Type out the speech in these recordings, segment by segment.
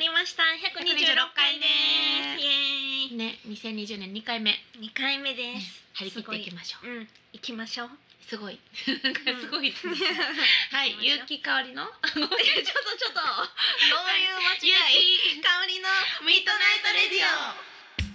りました。126回です。イエーイ。 ね、2020年2回目。 2回目です。 張り切っていきましょう。 うん、行きましょう。 すごい。すごい。はい、ゆうきかおりの。 ちょっと。どういう間違い？香りのミッドナイトレディオ。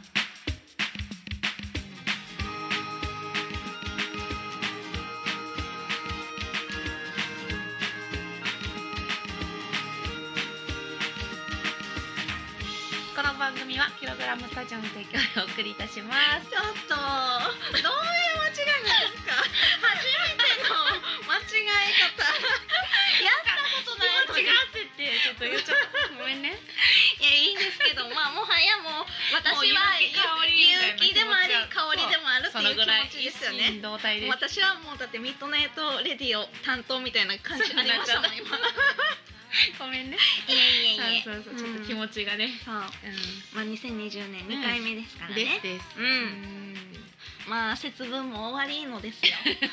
この番組はキログラムスタジオの提供でお送りいたします。 ちょっとどういう間違いなんですか？初めての間違い方。やったことないのに。 間違ってちょっと言っちゃった。ごめんね。 いや、いいんですけど、まあもはやもう私は勇気でもあり香りでもあるっていう気持ちですよね。私はもうだってミッドナイトレディオ担当みたいな感じありましたもん今。 ごめんね。 いえ。 そうちょっと気持ちがね。 そう。まあ2020年2回目ですからね。 です。 まあ節分も終わりのですよ。急に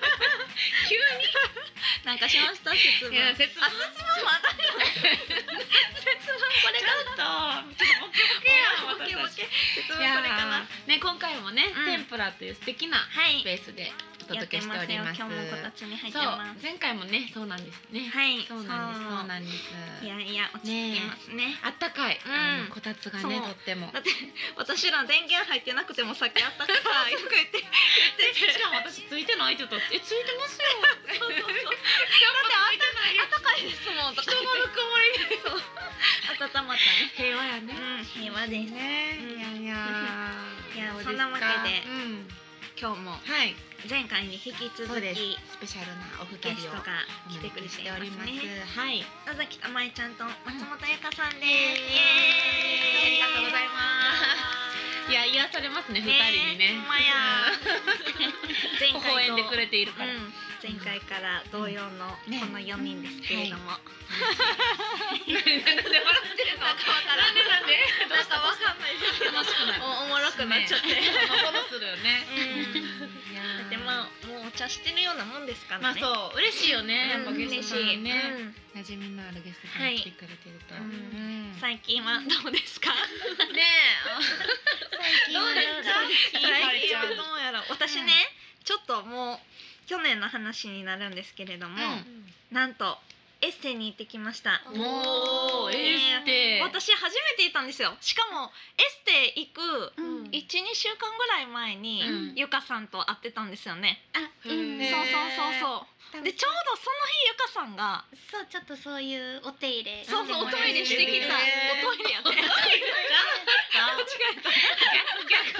なんかしました節分。節分まだ。節分これからちょっとボケボケや。 ボケ。節分これかな。 ね、今回もね、天ぷらという素敵なスペースでお届けしております。 今日もこたつに入ってます。 前回もね、そうなんですね。 はい、 そうなんです。 いや落ち着きますね。 あったかい。こたつがね、とっても。 だって私ら電源入ってなくてもさっきあったかさよく言ってしかも私ついてないって言ったらついてますよ。 そう。だってあったかいですもんとか。 人のぬくもりで温まったね。 平和やね。 平和ですね。 いやそんなわけで今日も前回に引き続きスペシャルなお二人ゲストが来てくれていますね。 はい。 野崎たまえちゃんと松本ゆかさんです。イエーイ。ありがとうございます。いや癒されますね、二人にね。 ほんまや。 微笑んでくれているから。 前回から同様のこの4人ですけれども。なんで笑ってるのかわからない。なんかわかんないです。 楽しくない。 おもろくなっちゃって。 ほのするよね。 だってまあもうお茶してるようなもんですからね。 まあそう嬉しいよね。やっぱゲストさんね。馴染みのあるゲストさん来てくれてると。 最近はどうですか？ ねえ。 最近はどうやら私ねちょっともう去年の話になるんですけれども、なんとエステに行ってきました。 おー、エステ。 私初めて行ったんですよ。しかもエステ行く 1,2 週間ぐらい前にゆかさんと会ってたんですよね。そう。でちょうどその日ゆかさんがちょっとそういうお手入れおトイレしてきた。おトイレやって。間違えた。逆。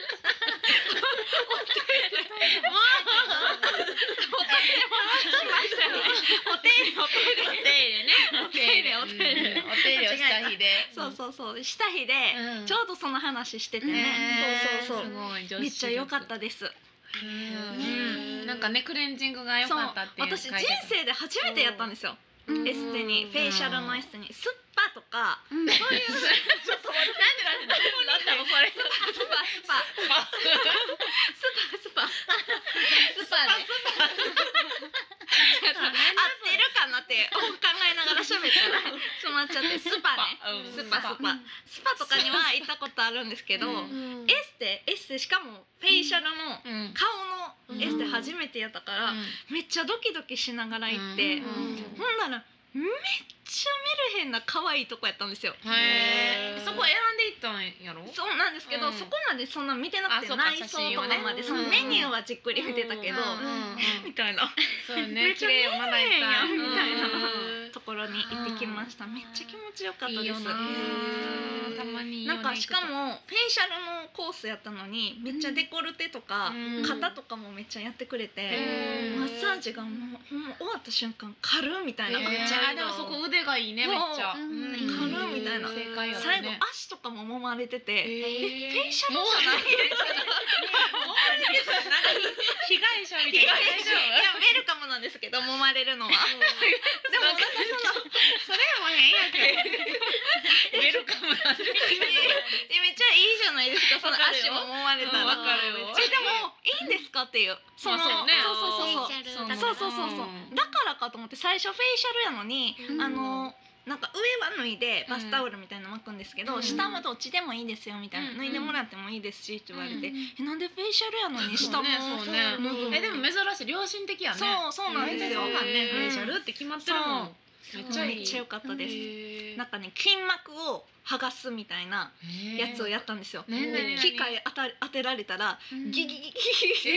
お手入れをした日で。 そうした日でちょうどその話しててね。そう。めっちゃ良かったです。 なんかねクレンジングが良かったっていう。 私人生で初めてやったんですよ。エステにフェイシャルのエステにスッパとかそういうちょっとなんでこれスパ合ってるかなって考えながら喋ったら詰まっちゃってスパとかには行ったことあるんですけどエステしかもフェイシャルの顔のエステ初めてやったからめっちゃドキドキしながら行ってほんならめっちゃメルヘンな可愛いとこやったんですよ。 そこ選んでいったんやろ？ そうなんですけど、そこまでそんな見てなくて内装とかまでそのメニューはじっくり見てたけどみたいなめっちゃメルヘンやみたいなところに行ってきました。めっちゃ気持ちよかったです。 たまになんかしかもフェイシャルのコースやったのにめっちゃデコルテとか肩とかもめっちゃやってくれてマッサージがもうほんま終わった瞬間軽いみたいな。めっちゃでもそこ腕がいいねめっちゃ。 軽いみたいな。最後足とかも揉まれててフェイシャルじゃない？ 被害者みたいな。 いやウェルカムなんですけど揉まれるのは。でもそれも変やけど。ウェルカムなんで。 めっちゃいいじゃないですか。その足も揉まれたら。 わかるよ。 でもいいんですかっていう。そうだからかと思って最初フェイシャルやのになんか上は脱いでバスタオルみたいなの巻くんですけど、下はどっちでもいいですよみたいな、脱いでもらってもいいですしって言われて、なんでフェイシャルやのに下もそうね。でも珍しい、良心的やね。 そうなんですよ。 そうなんね、フェイシャルって決まってるもん。めっちゃいい。 めっちゃ良かったです。なんかね、筋膜を剥がすみたいなやつをやったんですよ。機械当てられたらギギギギギ。大丈夫？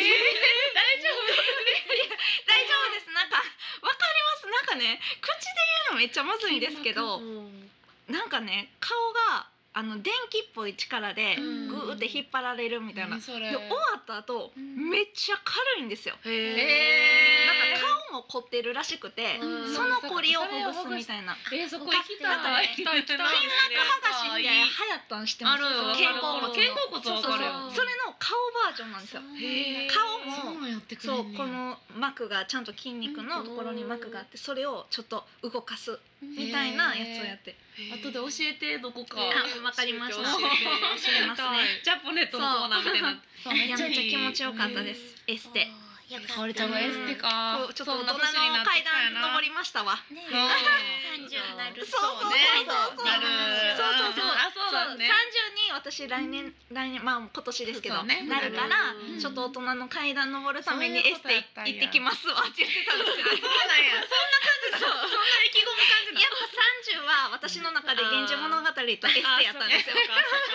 大丈夫です。なんかわかります。なんかね、口で言うのめっちゃまずいんですけど、なんかね、顔が電気っぽい力でグーって引っ張られるみたいな。で終わった後めっちゃ軽いんですよ。なんか顔も凝ってるらしくて、その凝りをほぐすみたいな。 そこ行きたい。 筋膜剥がしって流行ったん知ってます？肩甲骨。 わかるよ。 それの顔バージョンなんですよ。顔もそう、この膜がちゃんと筋肉のところに膜があって、それをちょっと動かすみたいなやつをやって。 後で教えて、どこか。 わかりました。教えますね。 ジャポネットのコーナーみたいな。 めっちゃ気持ちよかったです。エステ。 かおりちゃんがエステか。 ちょっと大人の階段登りましたわ。 30になる。 そうね。 なる。 そうだね。 30に私来年まあ今年ですけどなるから、ちょっと大人の階段登るためにエステ行ってきますわって言ってたんですよ。 そうなんや。そんな感じだ。そんな意気込む感じだ。 やっぱ30は私の中で源氏物語とエステやったんですよ。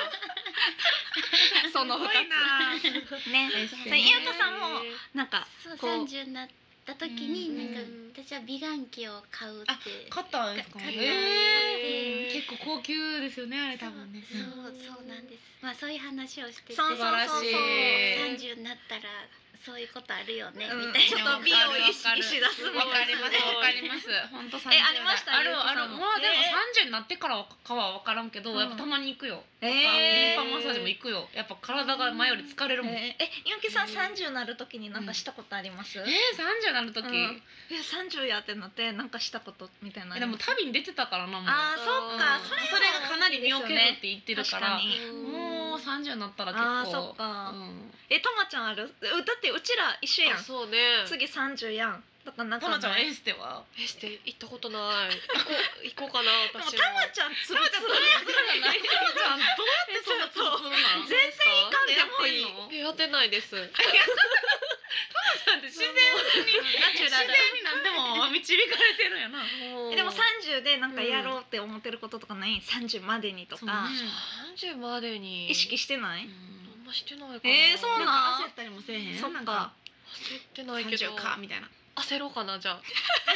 その2つね。ゆうかさんもなんか 30になった時になんか私は美顔器を買うって買ったんですか？結構高級ですよね、あれ多分ね。 そうなんです。まあそういう話をしてて、 素晴らしい。 30になったらそういうことあるよねみたいな。 ちょっと美を意識しだす。 わかりますわかります。本当30。 ありました。 ある。まあでも30になってからかはわからんけど、やっぱたまに行くよ。リンパマッサージも行くよ。やっぱ体が前より疲れるもん。 ゆうきさん30なる時になんかしたことあります ？30なる時。 30やってなってなんかしたことみたいな。 でも旅に出てたからなもう。 あ、そっか。それがかなり身を削って言ってるから。もう30になったら結構。 そっか。たまちゃんある？だってうちら一緒やん。 そうね。 次30やん。だからたまちゃんエステは？ エステ行ったことない。行こうかな私も。 たまちゃんつるつるやからない。たまちゃんどうやってそんなつるつるなん？全然行かんでもいい。 やってないです。 たまちゃんって自然になんでも導かれてるやな。 でも30でなんかやろうって思ってることとかない？30までにとか。 30までに意識してない？ あんましてないかな。 そうなん？ 焦ったりもせえへん？ そっか。 焦ってないけど。 かみたいな。 焦ろうかなじゃあ。 私も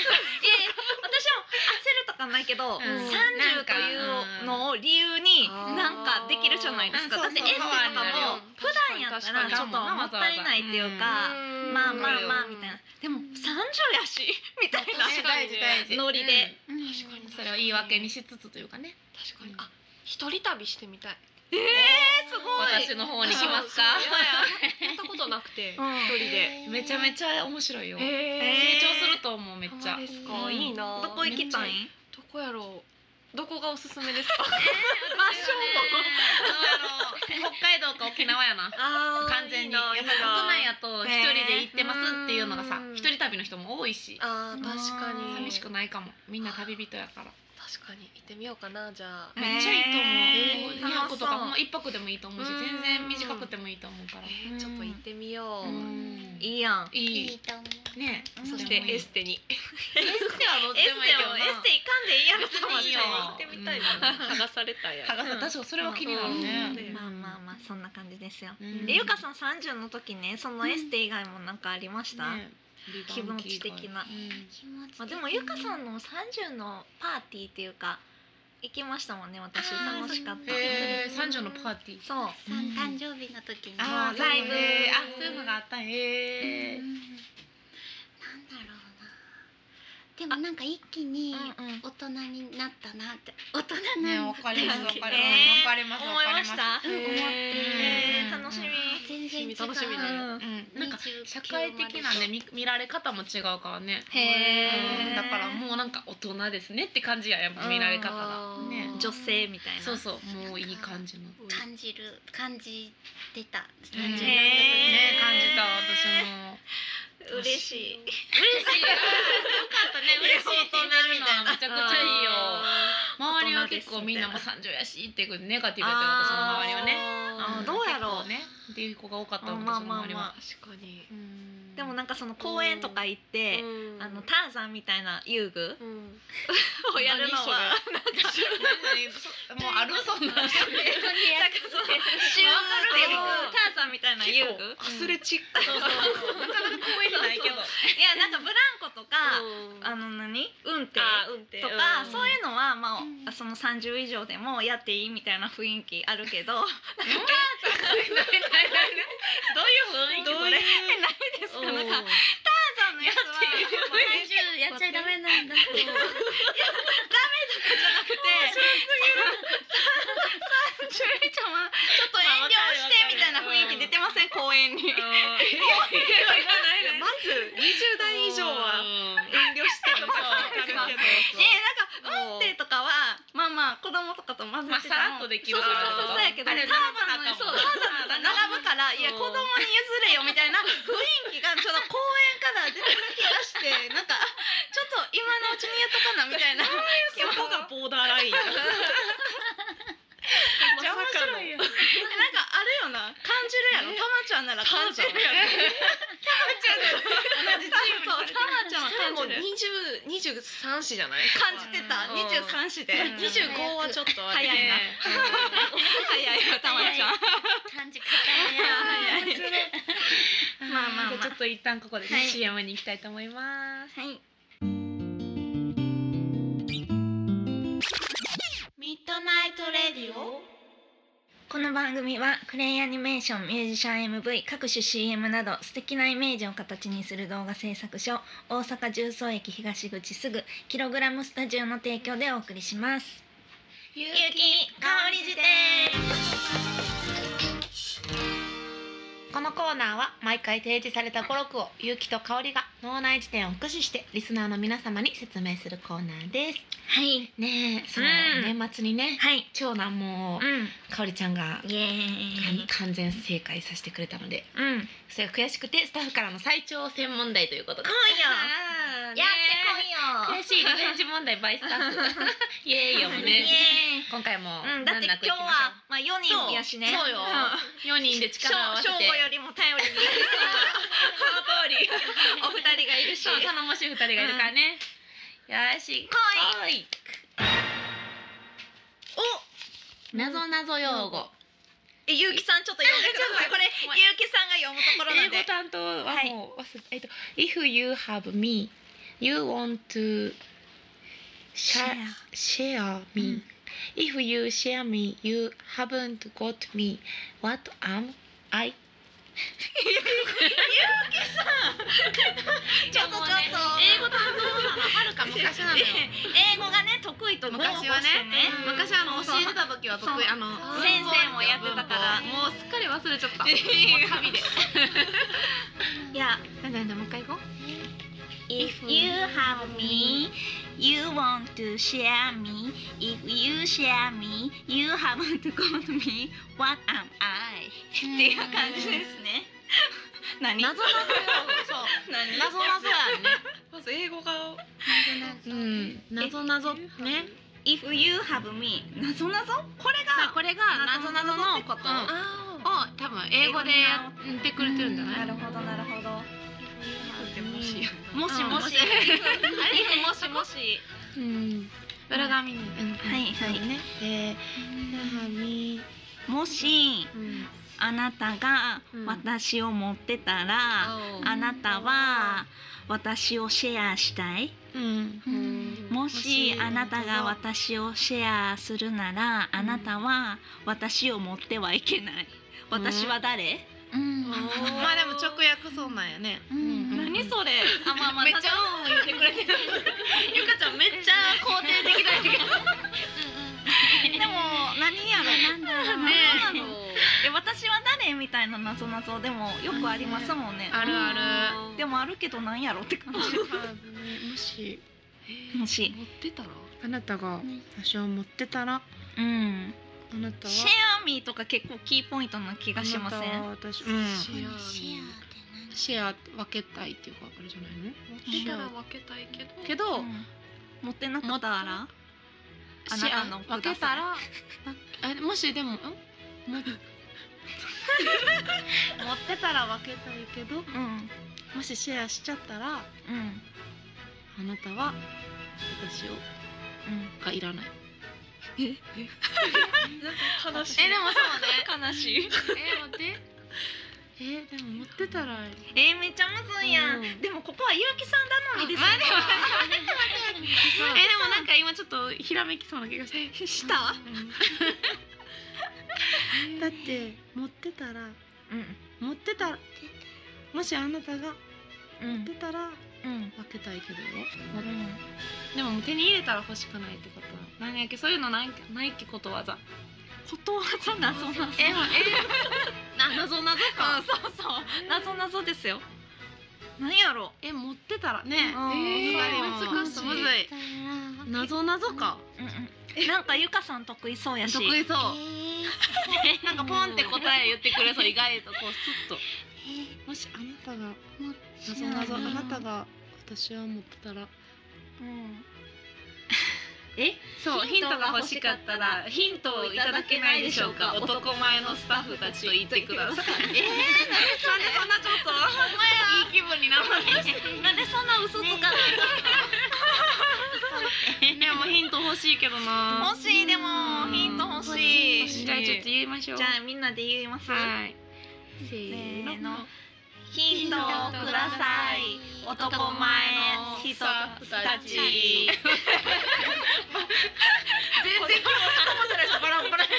焦るとかないけど、30というのを理由になんかできるじゃないですか。だってエステとかも普段やったらちょっともったいないっていうか、まあみたいな。でも30やしみたいなノリで。 確かにそれを言い訳にしつつというかね。 確かに。一人旅してみたい。 すごい。 私の方に来ますか？ やったことなくて一人で。 めちゃめちちゃ面白いよ。成長すると思うめっちゃ。 いいな。 どこ行きたい？ どこやろう。どこがおすすめですか？ 場所北海道か沖縄やな。完全に。やっぱ国内やと一人で行ってますっていうのがさ、一人旅の人も多いし。 確かに。 寂しくないかも。みんな旅人やから。 確かに行ってみようかなじゃあ。 めっちゃいいと思う。2泊とかほんま1泊でもいいと思うし、全然短くてもいいと思うから。 ちょっと行ってみよう。 いいやん。 いいと思う。 ね。 そしてエステに。 エステはどっちでもいいけどな。 エステ行かんでいいやろ。 行ってみたいな。剥がされたや。 確かそれは気になるね。 まあそんな感じですよ。ゆかさん30の時ね、そのエステ以外もなんかありました？気持ち的な。でもゆかさんの30のパーティーっていうか行きましたもんね。私楽しかった。 30のパーティー。 そう。 誕生日の時にライブ。 そういうのがあったん。 なんだろうな。でもなんか一気に大人になったなって。大人ね、わかります。思いました。 思って楽しみ。 全然違う。 楽しみね。 なんか社会的なね見られ方も違うからね。だからもうなんか大人ですねって感じや、やっぱ見られ方がね。 女性みたいな。 そうそう、もういい感じの。 感じてた。 感じた私も。 嬉しい。 嬉しい。よかっったね。嬉しいってなるのはめちゃくちゃいいよ。周りは結構みんなも30やしっていうネガティブやって私の周りはね。 どうやろうねっていう子が多かったのまあ私の周りは。 確かに。 でもなんかその公園とか行ってターザンみたいな遊具をやるのはなんかもうあるそんな。 なんかそのシューっていうターザンみたいな遊具アスレチック。 そうそう。なかなか公園じゃないけど。 いやなんかブランコとか運転とかそういうのはまあその30以上でもやっていいみたいな雰囲気あるけど、どういう雰囲気それ？ないですか？なんかターザンのやつは 30やっちゃダメなんだ。 ダメとかじゃなくて30以上はちょっと遠慮してみたいな雰囲気出てません？公園に。 まず20代以上は遠慮してるからわかるけど。 なんか運転とかはまあまあ子供とかと混ぜてさらっとできる。 そうやけどターザンのそうターザンが並ぶからいや子供に譲れよみたいな雰囲気がちょっと公園から出てる気がしてなんかちょっと今のうちにやっとかなみたいな。 そこがボーダーライン。 めっちゃ面白いよ。 なんかあるよな感じるやろ。たまちゃんなら感じるやろ。たまちゃん同じチームそうたまちゃんは感じる。 23子じゃない？ 感じてた23子で。 25はちょっと早いな。早いよたまちゃん。 感じ方や。 早い。まあまあじゃあちょっと一旦ここでね CM に行きたいと思います。 はい。 ミッドナイトレディオ。 この番組はクレイアニメーション、ミュージシャン MV、各種 CM など素敵なイメージを形にする動画制作所、大阪十三駅東口すぐキログラムスタジオの提供でお送りします。ゆうき香り辞典。 このコーナーは毎回提示された語録をゆうきと香りが脳内辞典を駆使してリスナーの皆様に説明するコーナーです。 はいねえ、そう、年末にね、長男も香りちゃんが完全正解させてくれたので、それが悔しくてスタッフからの再挑戦問題ということで。 来いよ。やってこいよ。 悔しいリベンジ問題バイスタッフ。イエーイよね。今回もだって今日はまあ4人やしね。 そうよ。4人で力を合わせて。 正午よりも頼りに。その通り。お二人がいるし。 頼もしい2人がいるからね。よし。来い。お。なぞなぞ用語。 ゆうきさんちょっと読んでください。これゆうきさんが読むところなんで。 英語担当はもうIf you have me, you want to share me. If you share me, you haven't got me. What am I? ゆうきさん。ちょっと英語担当なのはるか昔なのよ。 英語がね得意と昔はね。昔教えてた時は得意先生もやってたからもうすっかり忘れちゃった。もう旅で。 いや、 なんでもう一回行こう。 If you have me, you want to share me. If you share me, you haven't got me. What am I? っていう感じですね。何？ 謎よ。そう。謎やね。 まず英語が謎ね。 If you have me 謎これが謎のことを多分英語でやってくれてるんじゃない？ なるほど。 もしもし裏紙にはいもしあなたが私を持ってたらあなたは私をシェアしたい。もしあなたが私をシェアするならあなたは私を持ってはいけない。私は誰？ まあでも直訳そうなんやね。 何それ？まあめっちゃ言ってくれてる。 ゆかちゃんめっちゃ肯定的だけど。でも何やろね。私は誰みたいな謎でもよくありますもんね。 ある。 でもあるけど何やろって感じ。もし持ってたらあなたが私を持ってたらあなたはシェアミーとか結構キーポイントな気がしません？ 私シェアってシェア分けたいっていうかあれじゃないの？ 持ってたら分けたいけど、 持ってなかったらあなたの分けたらもしでも持ってたら分けたいけど、もしシェアしちゃったら、あなたは私をがいらない。 悲しい。 でもそうね。 悲しい。 待って。でも持ってたら。 めっちゃむずいやん。でもここはゆうきさん頼みですよ。 でもなんか今ちょっとひらめきそうな気がして。 した？ だって持ってたら、もしあなたが持ってたら分けたいけどよ。でも手に入れたら欲しくないってことは何やっけ？そういうのないっけ？ことわざ。 ことわざなぞなぞ。 なぞなぞか。 そうそうなぞなぞですよ。何やろ？ 持ってたらね。 難しい。 むずい。なぞなぞか。 なんかゆかさん得意そうやし。 得意そう。なんかポンって答え言ってくれそう。意外とこうスッと。もしあなたがなぞあなたが私は持ってたら。そうヒントが欲しかったらヒントをいただけないでしょうか。男前のスタッフたちと言ってください。なんでそんなちょっといい気分になるの？ なんでそんな嘘つかないの？ でもヒント欲しいけどな。 欲しい。でもヒント欲しい。 じゃあちょっと言いましょう。 じゃあみんなで言います。 はい。 せーの。ヒントをください。男前の人たち。全然今日思ってないでしょ。バラバラ。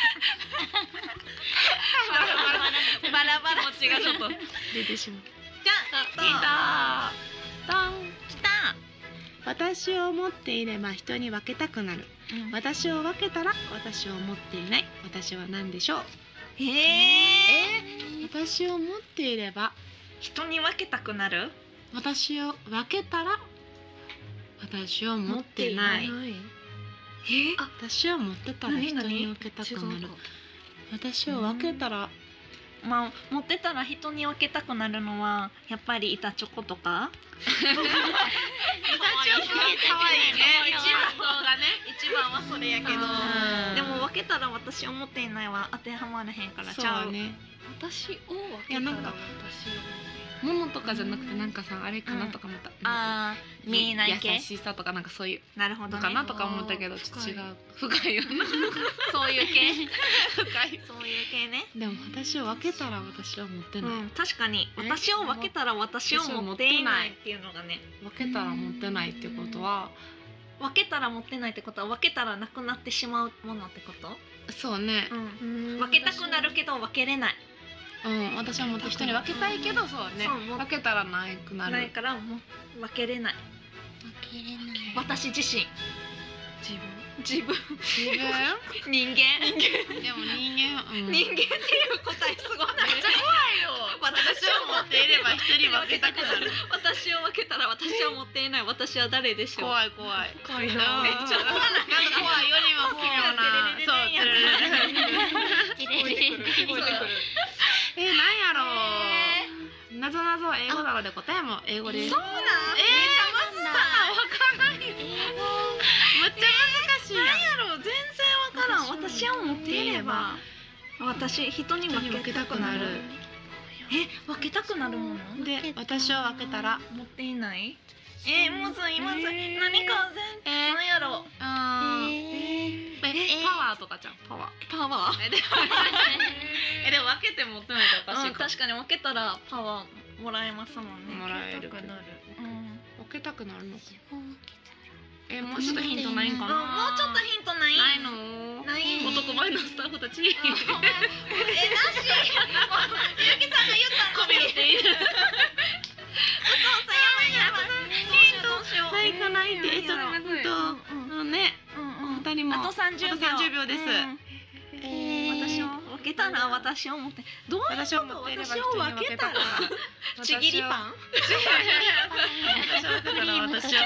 バラバラ。 気持ちがちょっと出てしまう。 じゃあ来た。私を持っていれば人に分けたくなる。私を分けたら私を持っていない。私は何でしょう？私を持っていれば人に分けたくなる。 私を分けたら私を持ってない。私を持ってたら人に分けたくなる。私を分けたら持ってたら人に分けたくなるのはやっぱり板チョコとか。 板チョコ可愛いね。 一番はそれやけど、でも分けたら私を持っていないは当てはまらへんからちゃう。 私を分けたら私を物とかじゃなくてなんかさあれかなとか思った。 見えない系。 優しさとかなんかそういうなるほどかなとか思ったけどちょっと違う。深いよな。 そういう系。 深い。 そういう系ね。 でも私を分けたら私は持ってない。 確かに私を分けたら私を持っていないっていうのがね。 分けたら持ってないってことは分けたら持ってないってことは分けたらなくなってしまうものってこと？ そうね。 分けたくなるけど分けれない。 私はもっと人に分けたいけどそうね。分けたらなくなる。 ないからもう分けれない。私自身。自分人間でも人間っていう答えすごい。めっちゃ怖いよ。私を持っていれば人に分けたくなる。 私を分けたら私を持っていない。私は誰でしょう。 怖い怖いな。 めっちゃ怖いよりも奇妙な。そうなんやろう。なぞなぞ英語なので答えも英語です。 そうなん。めっちゃむずさ。わからない。めっちゃ難しい。 なんやろ全然わからん。私を持っていれば人に分けたくなる。分けたくなるもので私を分けたら持っていない。むずい何かなんやろパワーとかじゃん。パワーでも分けて持ってないとおかしいか。 確かに分けたらパワーもらえますもんね。 もらえる。分けたくなるのか。もうちょっとヒントないんかな。もうちょっとヒントない？ ないの？ ない。 男前のスタッフたち。なし。ゆきさんが言ったのに。 ないかないってね。二人もあと30秒です。 私を分けたら私を持ってどういうこと？私を分けたらちぎりパン？ 私を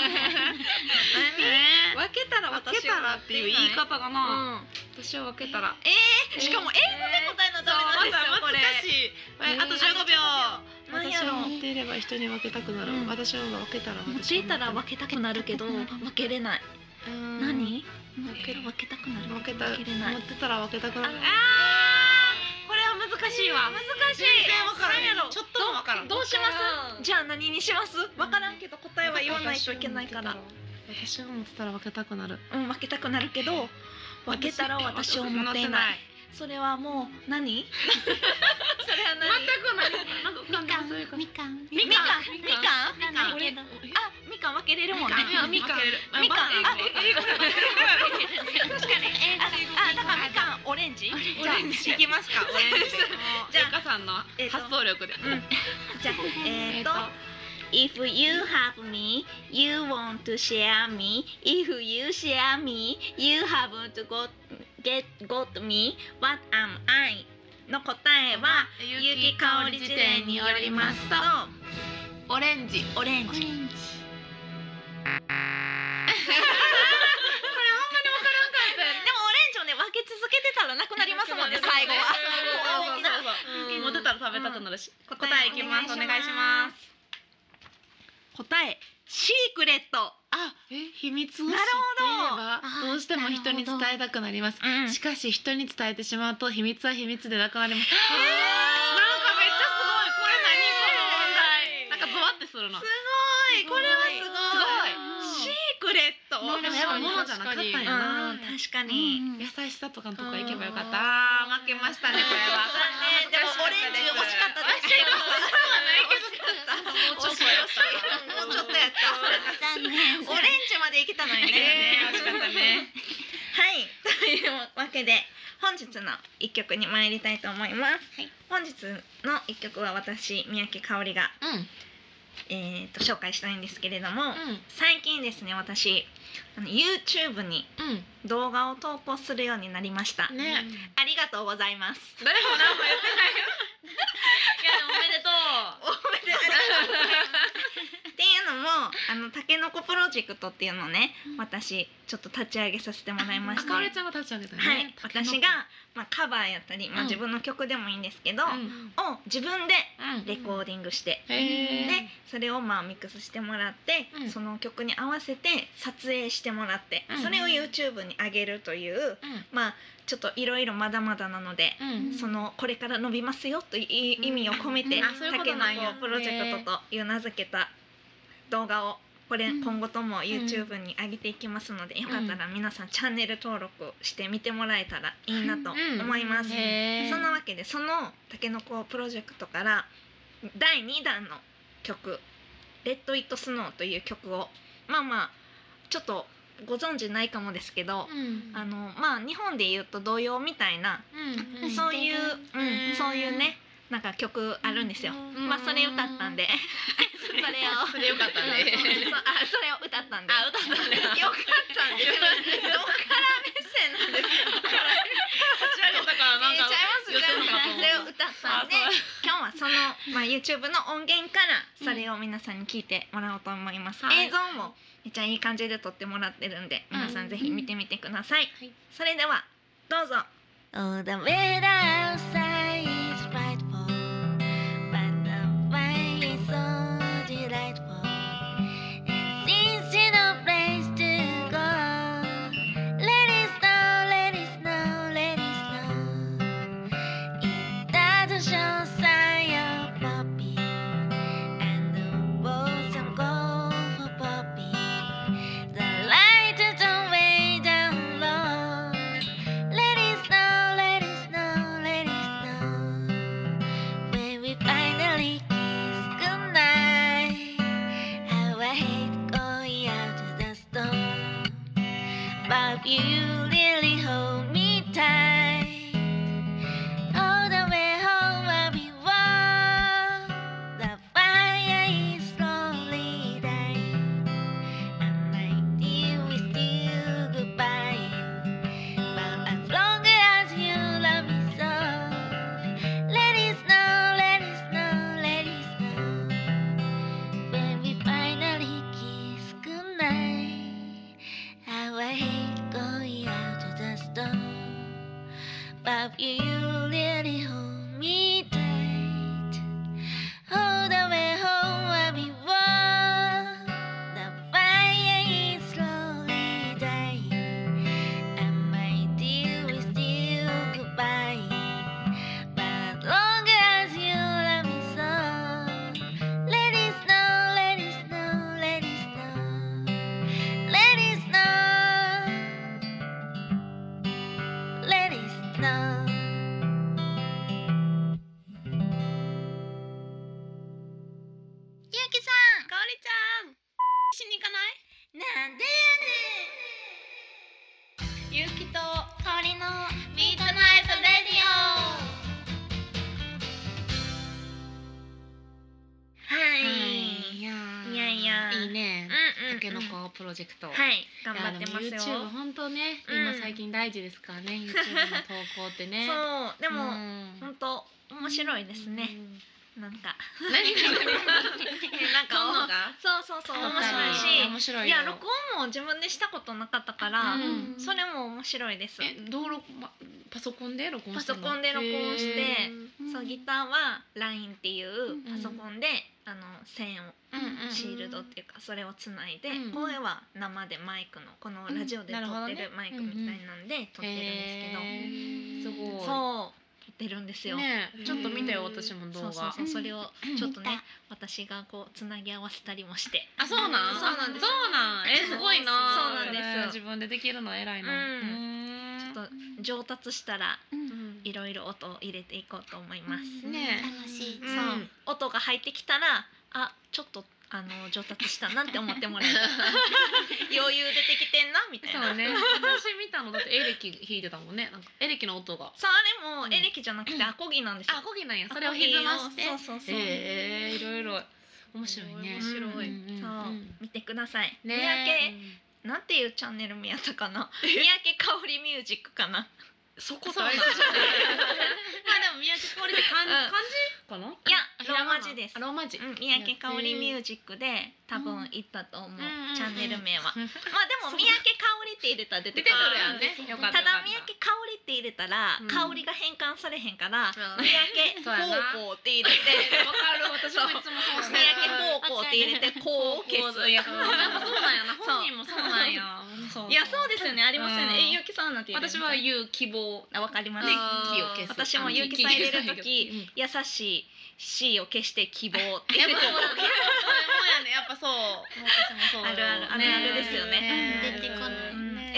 分けたらっていう言い方がな。私を分けたら。 しかも英語で答えのためなんですよこれ。 難しい。あと15秒。 なんやろ。 私は持っていれば人に分けたくなる。私は分けたら持っていたら分けたくなるけど分けれない。何？分けたくなる。分けれない。 持ってたら分けたくなる。 これは難しいわ。難しい。 全然分からん。 やろ。 ちょっとも分からん。 どうします？じゃあ何にします？分からんけど答えは言わないといけないから。 私が持ってたら分けたくなる。 分けたくなるけど分けたら私を持てない。それはもう何？それは何？ みかんみかんみかんみかん分けれるもんね。 みかん確かに。だからみかんオレンジ？じゃあいきますか。オレンジ。 じゃあゆかさんの発想力で。 じゃあIf you have me, you want to share me. If you share me, you haven't got me. What am I? の答えは有機香り辞典によりますとオレンジ。 オレンジ。これほんまに分からんかったよ。でもオレンジをね分け続けてたらなくなりますもんね最後は。 持ってたら食べたくなるし。 答えいきます。お願いします。答えシークレット。 秘密を知っていればどうしても人に伝えたくなります。しかし人に伝えてしまうと秘密は秘密でなくなります。なんかめっちゃすごい。これ何この問題。なんかゾワってするの。 すごい。これはすごい。シークレット。 でもやっぱ物じゃなかったんやな。 確かに。 優しさとかのとこ行けばよかった。負けましたねこれは。 でもオレンジ惜しかったです。もうちょっとやった。 残念。 オレンジまで行けたのにね。 惜しかったね。 はい、というわけで本日の一曲に参りたいと思います。本日の一曲は私三宅香織が紹介したいんですけれども、最近ですね私YouTube に動画を投稿するようになりました。ありがとうございます。 誰も何も言ってないよ。いやおめでとう。 おめでとう。っていうのもたけのこプロジェクトっていうのをね、私ちょっと立ち上げさせてもらいまして、 かおりちゃんが立ち上げたね。 はい、私がカバーやったり、自分の曲でもいいんですけど、を自分でレコーディングして、でそれをミックスしてもらって、その曲に合わせて撮影してもらって、それを YouTube に上げるという、ちょっといろいろまだまだなので、そのこれから伸びますよという意味を込めて、たけのこプロジェクトという名付けた動画を今後とも YouTube に上げていきますので、よかったら皆さんチャンネル登録して見てもらえたらいいなと思います。そんなわけでそのたけのこプロジェクトから第2弾の曲「レッド・イット・スノー」という曲をちょっとご存知ないかもですけど、日本でいうと童謡みたいな、そういうねなんか曲あるんですよ。それ歌ったんでそれよかったね。それを歌ったんで。よかったんで。どっから目線なんですか。 立ち上げたからなんかそれを歌ったんで、今日はそのYouTube の音源からそれを皆さんに聞いてもらおうと思います。映像もめっちゃいい感じで撮ってもらってるんで、皆さんぜひ見てみてください。それではどうぞ。 Oh, the weather outside is frightful, but the wine is so delightful. And since you no place to go, let it snow, let it snow, let it snow. It doesn't show sign of poppy, and the blossom go for poppy. The light is on way down low. Let it snow, let it snow, let it snow. When we finally kiss goodnight, how I hate going out to the storm. But you really hold me tight. All the way home I'll be warm. The fire is slowly dying. I'm like, dear, we still goodbye. But as long as you love me so, let it snow, let it snow, let it snow. When we finally kiss goodnight, how I hate going いやいいね。 うんたけのこプロジェクト。 はい頑張ってますよ。 いやでも YouTube 本当ね、 うん今最近大事ですからね。YouTube の投稿ってね。 そうでもうん本当面白いですね。なんか何がなんか音がそう面白いし、 面白いよ。 いや録音も自分でしたことなかったから、 うんそれも面白いです。 パソコンで録音パしたの？ ソコンで録音してへそうギターは LINE っていうパソコンで、線をシールドっていうかそれをつないで、 うん声は生でマイクのこのラジオで撮ってるマイクみたいなんで撮ってるんですけど、 すごい。 そう撮ってるんですよ。 ねちょっと見たよ私も動画。 そうそれをちょっとね私がこうつなぎ合わせたりもして。 あそうなん？ そうなんです。 そうなん。すごいな。 そうなんです。 それ自分でできるの偉いな。 ちょっと上達したらいろいろ音を入れていこうと思います。 ね楽しい。 そう音が入ってきたらちょっと上達したなって思ってもらえた余裕出てきてんなみたいな。 そうね。私見たのだってエレキ弾いてたもんね。なんかエレキの音が。 そうあれもエレキじゃなくてアコギなんですよ。 あ、アコギなんや。それを歪まして。 そういろいろ面白いね。 面白い。 そう見てください。三ね。 宅なんていうチャンネル名やったかな。三宅香織ミュージックかな。 そこそうなんだ。 大事じゃない。 まあでも三宅香織って漢字かな？ いやローマ字です。 ローマ字。 三宅香織ミュージックで多分行ったと思うチャンネル名は。まあでも三宅香織って入れたら出てくるやんね。よかった。 ただ三宅香織って入れたら香りが変換されへんから三宅そうやな高校って入れてわかる。私もいつもそうして三宅高校って入れてこう消す。 いやそうなんやな。本人もそうなんや。 いやそうですよねありますよね。ゆうきさんなんて私は言う希望。 わかります。 気を消す。 私もゆうきさん入れるとき優しい C を消して希望ってやっぱそういうもんやね。やっぱそう。私もそう。 あるあるあるあるですよね。 出てこない。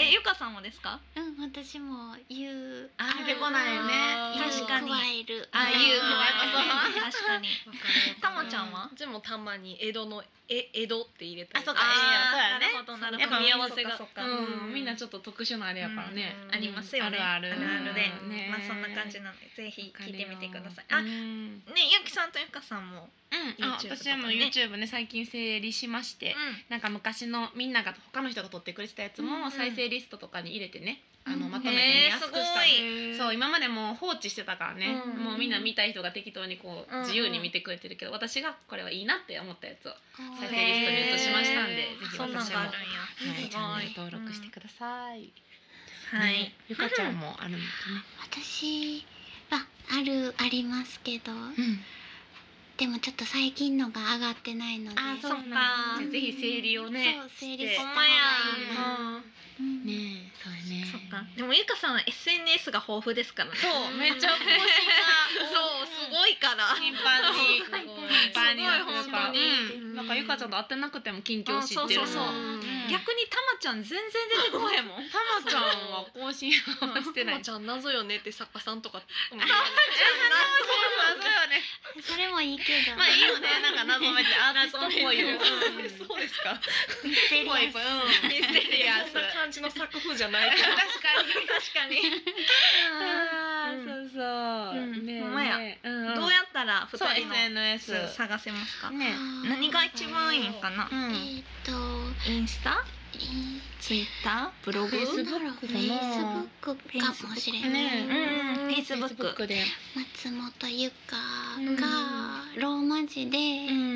ゆかさんもですか？ 私も言う。 出てこないよね。 確かに。 加える。 言うやっぱ確かに。たまちゃんは？ でもたまに江戸って入れたり。 そうか。そうやね。 なるほどなるほど。 やっぱ見合わせがみんなちょっと特殊なあれやからね。 ありますよね。 あるで、まあそんな感じなのでぜひ聞いてみてください。ねゆきさんとゆかさんも。 私はもう YouTube ね最近整理しまして、なんか昔のみんなが他の人が撮ってくれてたやつも再生リストとかに入れてね、まとめて見やすくしたの。そう今までもう放置してたからね、もうみんな見たい人が適当にこう自由に見てくれてるけど、私がこれはいいなって思ったやつを再生リストに移しましたんで、ぜひ私もチャンネル登録してください。 はい。 ゆかちゃんもあるんですね。 私はありますけど。でもちょっと最近のが上がってないので。 そっか。 ぜひ整理をね。 整理した方がいいな。 ねそうやね。 そっか。でもゆかさんは SNS が豊富ですからね。 そうめっちゃ更新がそうすごいから頻繁に本当に。 なんかゆかちゃんと会ってなくても近況知ってるの。 逆にたまちゃん全然出てこへんもん。 たまちゃんは更新はしてない。 たまちゃん謎よねって作家さんとか。 たまちゃん謎よね。 それもいいけど。 まあいいよね。なんか謎めってアーティストっぽいよ。 そうですか。 ミステリアス。 ミステリアス。 そんな感じの作風じゃない。 確かに。 そうそう。ねどうやったら二人の SNS 探せますか？ ね。 何が一番いいんかな？インスタ？ツイッター？ブログ？ フェイスブックかもしれない。 フェイスブックで松本ゆかがローマ字で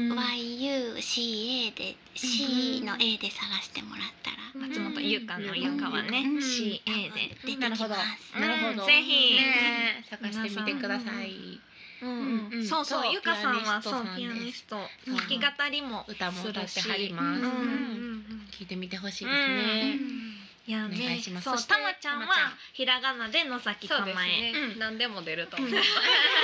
YUCA で C の A で探してもらったら松本ゆかのゆかはね CA で出てきます。 なるほど。 ぜひ探してみてください。 そうそうゆかさんはそうピアニスト弾き語りも歌も歌ってはります。聞いてみてほしいですね。 いやね、そうたまちゃんはひらがなで野崎たまえ。 何でも出ると思う。 何でも出る。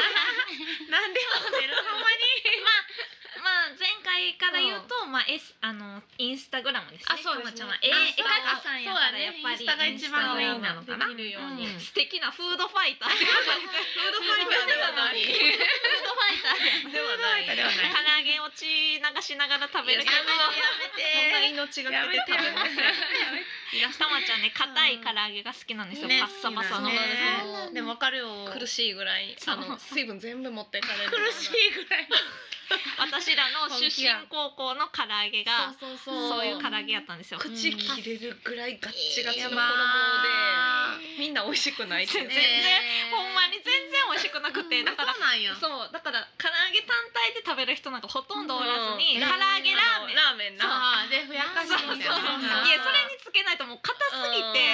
ほんまに。 まあ前回から言うとインスタグラムですね。 そうですね。 たまちゃんは絵描きさんやからやっぱりインスタが一番メインなのかな。 素敵なフードファイター。フードファイターではない。フードファイターではない。唐揚げを血流しながら食べるけど。 そんな命がけで食べます。 たまちゃんね硬い唐揚げが好きなんですよ。パッサパサの。 でもわかるよ。 苦しいぐらい水分全部持ってかれる。 苦しいぐらい。 私らの出身高校の唐揚げがそうそういう唐揚げやったんですよ。 口切れるぐらいガッチガチのいやまあ衣でみんな美味しくないって全然ほんまに全然美味しくなくて、だからそうなんや。 そうだから唐揚げ単体で食べる人なんかほとんどおらずに、唐揚げラーメンラーメンなあーでふやかしそうそうそう、いやそれにつけないともう硬すぎて、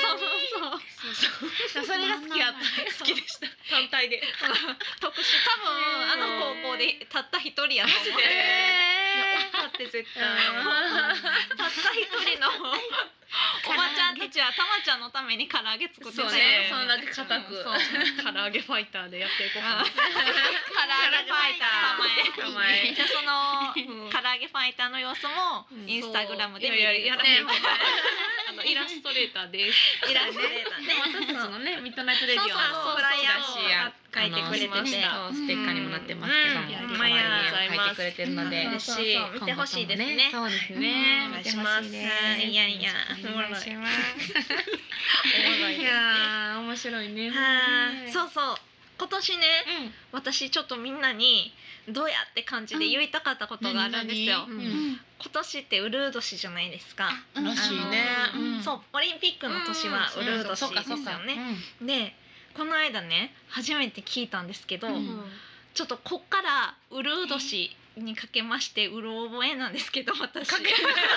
それが好きやった。 好きでした単体で特殊、多分あの高校でたった一人やと思う。 だって絶対たった一人のおばちゃんたちはたまちゃんのために唐揚げ作ってたよ。 そうねそんだけ固く。 そう唐揚げファイターでやっていこうかな。 唐揚げファイター名前じゃあその唐揚げファイターの様子もインスタグラムで見れるやらね。 イラストレーターです。 イラストレーターね。 私たちのねミッドナイトレディオそうそうのフライヤーを書いてくれててそうステッカーにもなってますけども、 うん可愛い絵を描いてくれてるので、 そうそうそう見てほしいですね。 そうですね。 お願いします。いやいやお願いします。 おもろいいやー面白いね。 そうそう今年ね、私ちょっとみんなにどうやって感じで言いたかったことがあるんですよ。今年ってウルー年じゃないですか。 らしいね。 そうオリンピックの年はウルー年ですよね。でこの間ね初めて聞いたんですけど、ちょっとこっからウルー年にかけましてうろ覚えなんですけど、私これ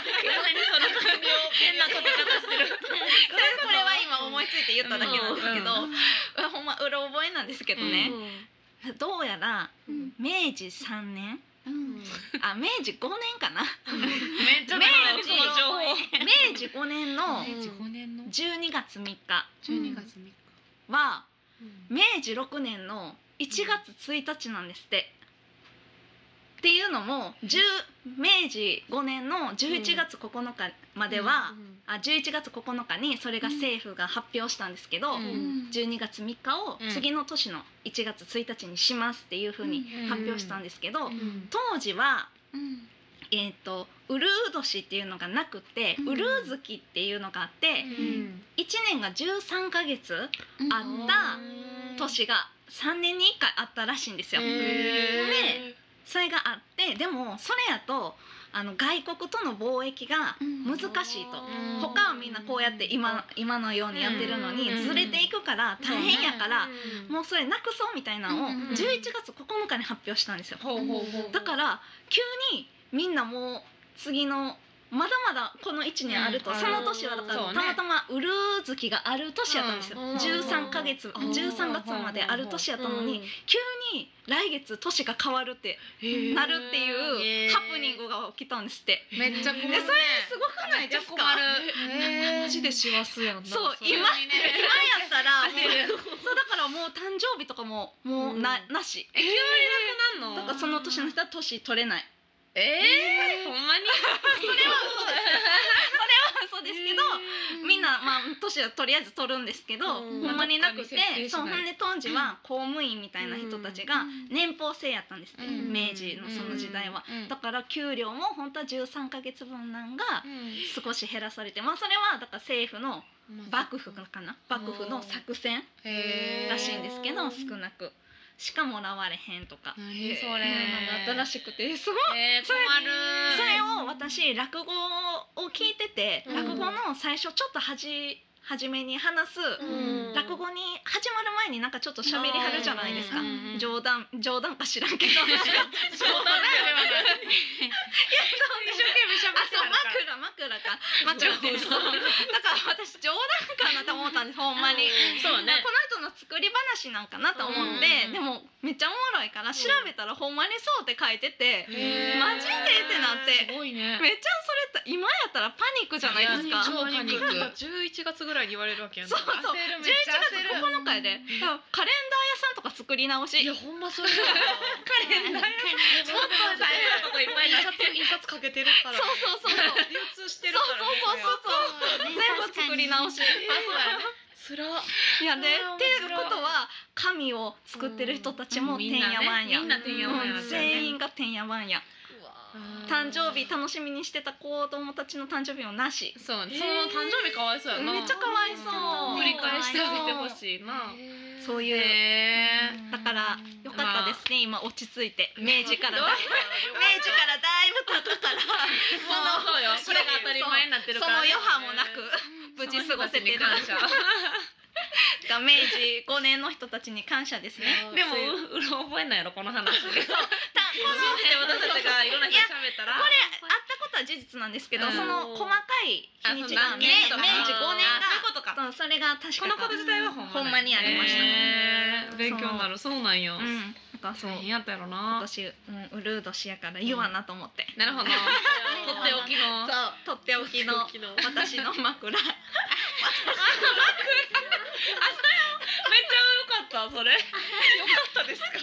は今思いついて言っただけなんですけど、ほんまうろ覚えなんですけどね、どうやら明治3年あ明治5年かな、 めっちゃ明治5年の 5年の 12月3日 12月3日は明治6年の1月1日なんですって。っていうのも明治5年の11月9日までは、11月9日にそれが政府が発表したんですけど、12月3日を次の年の1月1日にしますっていうふうに発表したんですけど、当時は、ウルー年っていうのがなくて、ウルー月っていうのがあって、1年が13ヶ月あった年が3年に1回あったらしいんですよ。でそれがあって、でもそれやと外国との貿易が難しいと、他はみんなこうやって今のようにやってるのにずれていくから大変やから、もうそれなくそうみたいなのを11月9日に発表したんですよ。だから急にみんなもう次のまだまだこの位置にあると、その年はだからたまたまウルー月がある年やったんですよ。13月まである年やったのに、急に来月年が変わるってなるっていうハプニングが起きたんですって。 めっちゃ困るね。 それすごくないですか？ マジで師走やんな。 そう今やったらもうそうだからもう誕生日とかももうなし。 急になくなんの？ だからその年の人は年取れない。 ほんまに？ それはそうですけど、みんなまあ年はとりあえず取るんですけど、ほんまになくて、そうほんで当時は公務員みたいな人たちが年俸制やったんですね、明治のその時代は。だから給料も本当は13ヶ月分なんが少し減らされて、まあそれはだから政府の幕府かな、幕府の作戦らしいんですけど、少なくしかもらわれへんとか、 何それなんかあったらしくて、すごい困る。 それを私落語を聞いてて、落語の最初ちょっと初めに話す、落語に始まる前になんかちょっと喋りはるじゃないですか。冗談か知らんけど冗談ではない枕かそうだから私冗談かなと思ったんです、ほんまに。 そうね。 この人の作り話なんかなと思って、でもめっちゃおもろいから調べたらほんまにそうって書いてて、マジでってなって、 すごいね。 めっちゃそれって今やったらパニックじゃないですか。 超パニック。 11月ぐらいに言われるわけやん。 そうそう、11月9日やで。カレンダー屋さんとか作り直し。 いやほんまそれ。カレンダー屋さん。もっと大変なとこいっぱいな。 印刷かけてるから。 そう流通してるからね。 そう全部作り直し。 つら。 いやね、っていうことは紙を作ってる人たちもてんやわんや。 みんなてんやわんや。 全員がてんやわんや。誕生日楽しみにしてた子供たちの誕生日もなし。 そう、その誕生日かわいそうやな。 めっちゃかわいそう。 繰り返してあげてほしいな。 そういうだからよかったですね、今落ち着いて明治からだいぶ経ったからそうよ、それが当たり前になってるから、 その余波もなく無事過ごせてる。明治5年の人たちに感謝ですね。 でもうろ覚えないやろこの話。そう。私たちがいろんな人喋ったら。 これあったことは事実なんですけど、その細かい日にちが明治5年がそういうことか。 それが確かこのこと自体はほんまにありました。 勉強になる。そうなんよ。 なんかそう変やったやろな。 私うるう年やから言わなと思って。 なるほど。とっておきの。 そう、とっておきの私の枕。めっちゃ良かったそれ。良かったですか。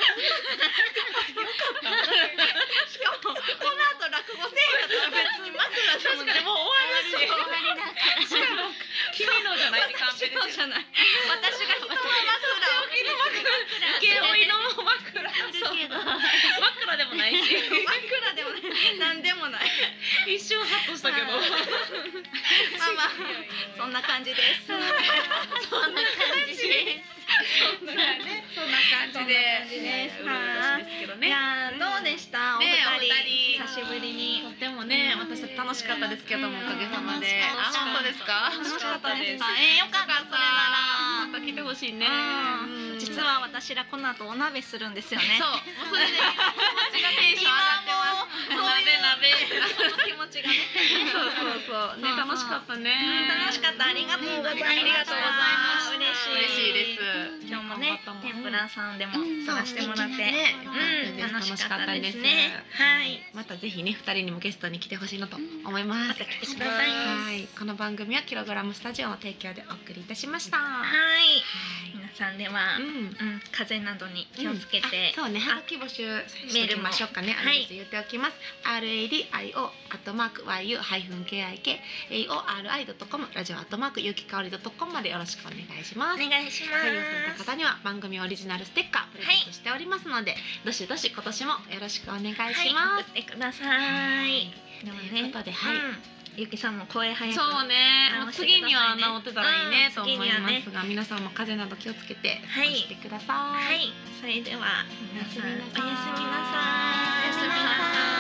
しかもこの後落語せえへんかったら別に枕じゃなくてもう終わるし。 終わりだから。 君のじゃないカンペで。 私が人の枕。 請負の枕。枕でもないし。 枕でもない。なんでもない。 一瞬ハッとしたけど。 まあまあそんな感じです。 そんな感じです。 そんな感じで。 いやどうでしたお二人久しぶりに。 とてもね私楽しかったですけどもおかげさまで。本当ですか。 楽しかったですか。よかったそれなら。 また来てほしいね。 実は私らこの後お鍋するんですよね。 そう。それで気持ちがテンション上がってます。鍋。 その気持ちがね。そうね楽しかったね。楽しかったありがとうございます。 嬉しいです。 今日もね天ぷらさんでも探してもらって楽しかったですね。はい。 またぜひね2人にもゲストに来てほしいなと思います。 また来てください。 はい。この番組はキログラムスタジオの提供でお送りいたしました。 はい。皆さんでは風邪などに気をつけて。 そうね。はがき募集しておきましょうかね。言っておきます。radio@yu-kik.aori.com ラジオ@yukikaori.com までよろしくお願いします。 お願いします。 採用された方には番組オリジナルステッカープレゼントしておりますので、どしどし今年もよろしくお願いします。 送ってください。 でもね、ということで、はい。 ゆきさんも声早く。 そうね。次には治ってたらいいねと思いますが、皆さんも風邪など気をつけて過ごしてください。 はい。それでは皆さんおやすみなさい。 おやすみなさい。